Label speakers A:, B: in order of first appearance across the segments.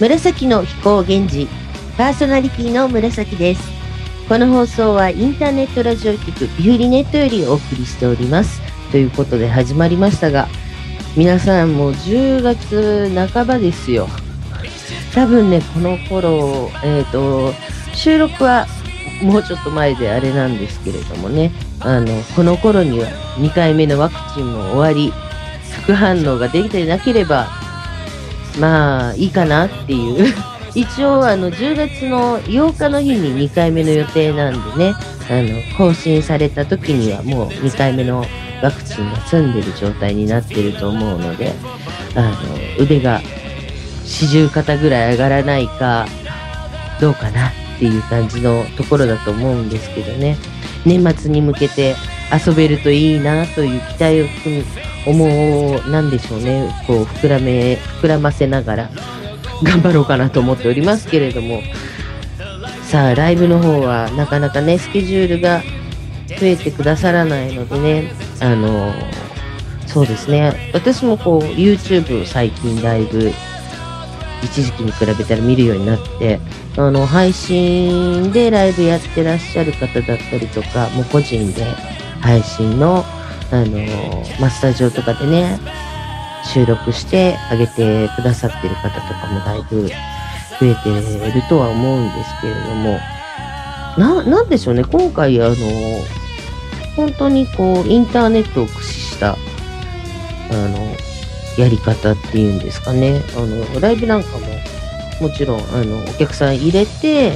A: 紫の飛行源氏、パーソナリティの紫です。この放送はインターネットラジオ局ビフリネットよりお送りしております。ということで始まりましたが、皆さんもう10月半ばですよ。多分ね、この頃、収録はもうちょっと前であれなんですけれどもね、この頃には2回目のワクチンも終わり、副反応ができてなければ、まあいいかなっていう。一応10月の8日の日に2回目の予定なんでね、更新された時にはもう2回目のワクチンが済んでる状態になってると思うので、腕が40肩ぐらい上がらないかどうかなっていう感じのところだと思うんですけどね。年末に向けて遊べるといいなという期待をなんでしょうね、こう膨らませながら頑張ろうかなと思っておりますけれども、さあライブの方はなかなかねスケジュールが増えてくださらないのでね、そうですね、私もこう YouTube 最近だいぶ一時期に比べたら見るようになって、配信でライブやってらっしゃる方だったりとか、もう個人で配信のスタジオとかでね収録してあげてくださってる方とかもだいぶ増えているとは思うんですけれども、なんでしょうね、今回本当にこうインターネットを駆使したやり方っていうんですかね、ライブなんかももちろんお客さん入れて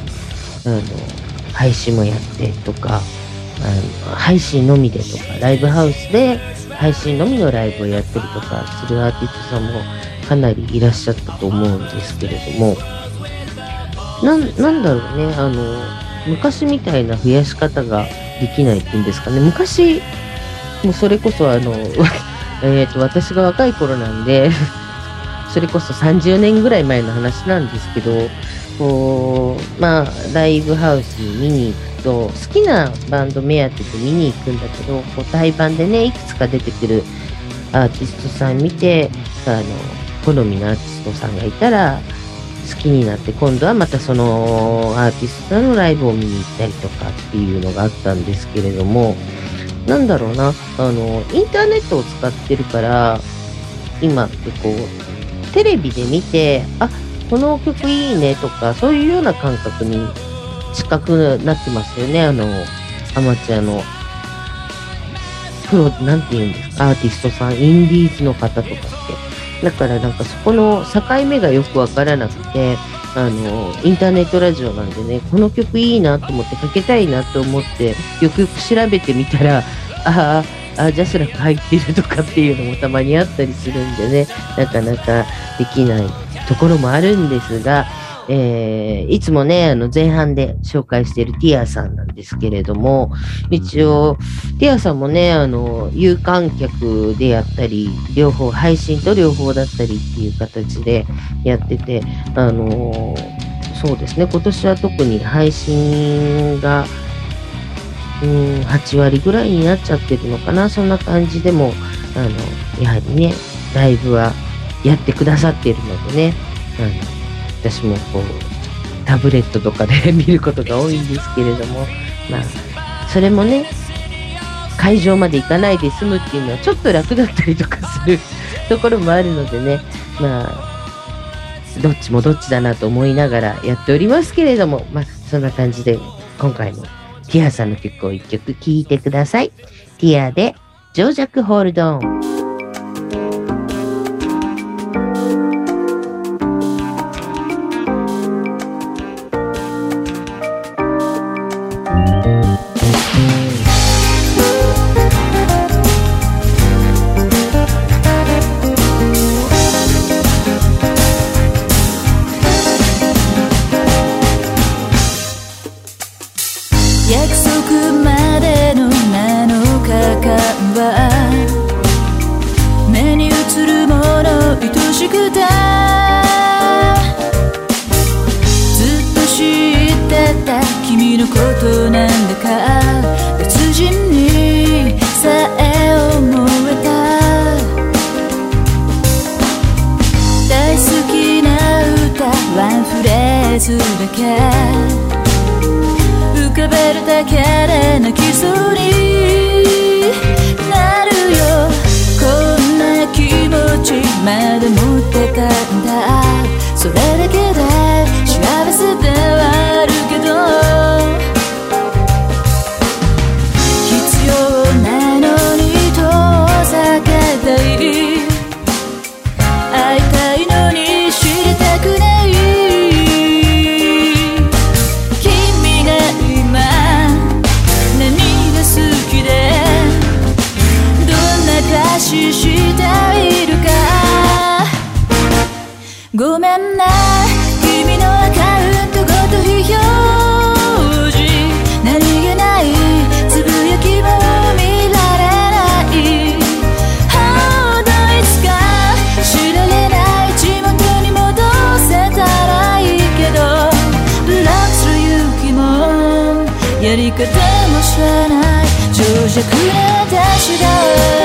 A: 配信もやってとか、配信のみでとか、ライブハウスで配信のみのライブをやったりとかするアーティストさんもかなりいらっしゃったと思うんですけれども、なんだろうね、昔みたいな増やし方ができないっていうんですかね。昔もうそれこそ私が若い頃なんでそれこそ30年ぐらい前の話なんですけど、こうライブハウスに見に行くと好きなバンド目当てで見に行くんだけど、こう対バンでねいくつか出てくるアーティストさん見て好みのアーティストさんがいたら好きになって、今度はまたそのアーティストさんのライブを見に行ったりとかっていうのがあったんですけれども、なんだろうな、インターネットを使ってるから今ってこうテレビで見てこの曲いいねとかそういうような感覚に近くなってますよね。アマチュアのプロなんていうんですか、アーティストさん、インディーズの方とかって、だからなんかそこの境目がよくわからなくて、インターネットラジオなんでね、この曲いいなと思ってかけたいなと思ってよくよく調べてみたらジャスラック入ってるとかっていうのもたまにあったりするんでね、なかなかできないところもあるんですが、いつもね前半で紹介しているティアさんなんですけれども、一応ティアさんもね有観客でやったり、両方配信と両方だったりっていう形でやってて、そうですね、今年は特に配信が8割ぐらいになっちゃってるのかな。そんな感じでもやはりねライブはやってくださっているのでね、私もこうタブレットとかで見ることが多いんですけれども、それもね会場まで行かないで済むっていうのはちょっと楽だったりとかするところもあるのでね、どっちもどっちだなと思いながらやっておりますけれども、そんな感じで今回もティアさんの曲を1曲聴いてください。ティアで情弱ホールドオン。
B: 約束までの7日間は絵図だけ浮かべるだけで泣きそうになるよ。こんな気持ちまで持ってたんだ。それだけで幸せではあるけど、必要なのに遠ざけたい、会いたいのに知りたくない。君が今何が好きでどんな歌詞しているか。ごめんな、君のアカウントごと非表示、何気ないつぶやきも見られない。ほどいつか知られない地元に戻せたらいいけど、ブロックする勇気もやり方も知らない情弱な私だ。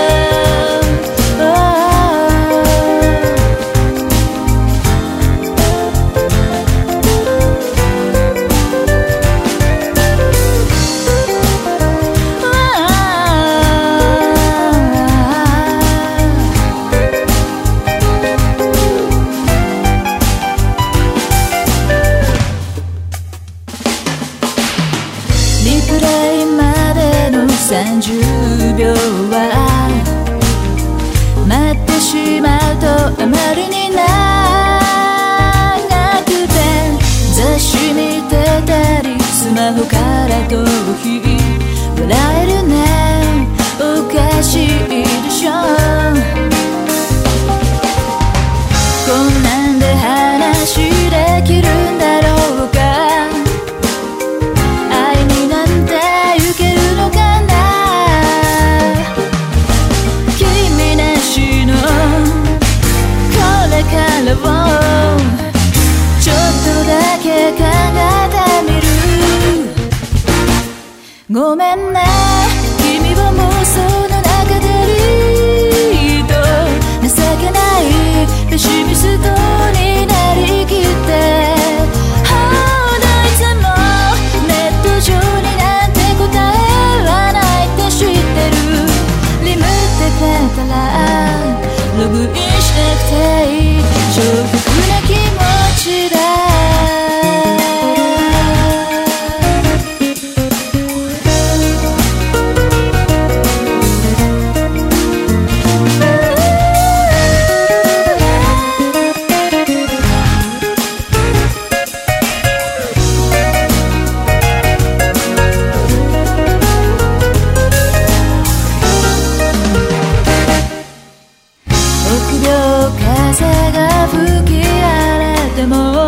B: リプレイまでの30秒は待ってしまうとあまりに長くて、雑誌見てたりスマホから逃避、笑えるね、おかしいでしょ。こんなんで話できるんだろうか。ちょっとだけ考えてみる。ごめんね、君を妄想の中でリード、情けないペシミストになりきって、ほどいつもネット上になんて答えはないって知ってる。リムって書いたらログインしなくていい、重複な気持ちだ。臆病風が吹き荒れても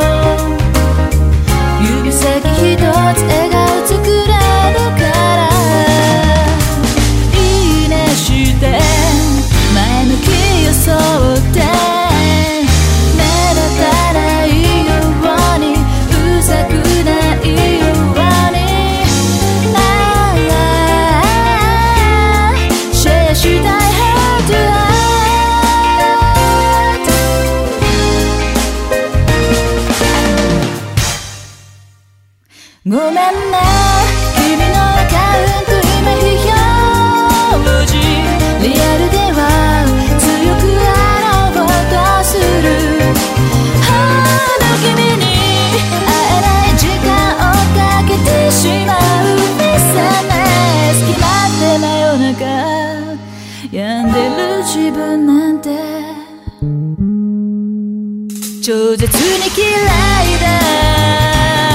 B: 指先一つ笑顔作れるから、いいねして前向き装って目立たないようにうざくないように、シェアしたいハートはごめんね、君のアカウント今非表示、リアルでは強くあろうとする。あの君に会えない時間をかけてしまう SMS、 決まって真夜中病んでる自分なんて超絶に嫌いだ。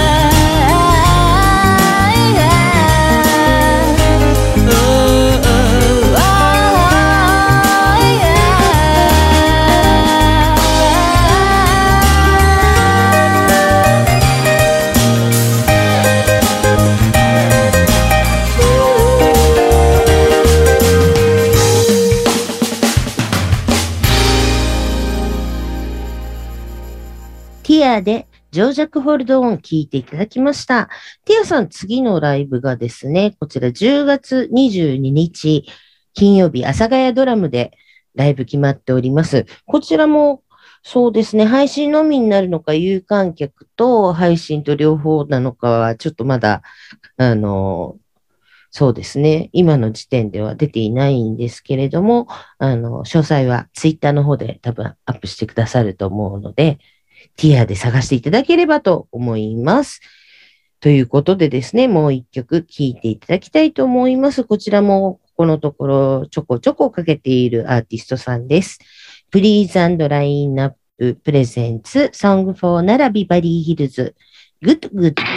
A: ティアでジョージャックホールドオン聞いていただきました。ティアさん、次のライブがですね、こちら10月22日金曜日、阿佐ヶ谷ドラムでライブ決まっております。こちらもそうですね。配信のみになるのか、有観客と配信と両方なのかは、ちょっとまだ、あの、そうですね。今の時点では出ていないんですけれども、詳細はツイッターの方で多分アップしてくださると思うので、ティアで探していただければと思います。ということでですね、もう一曲聴いていただきたいと思います。こちらもここのところちょこちょこかけているアーティストさんです。Please and Line Up Presents Song for 奈良ビバリーヒルズ Good Good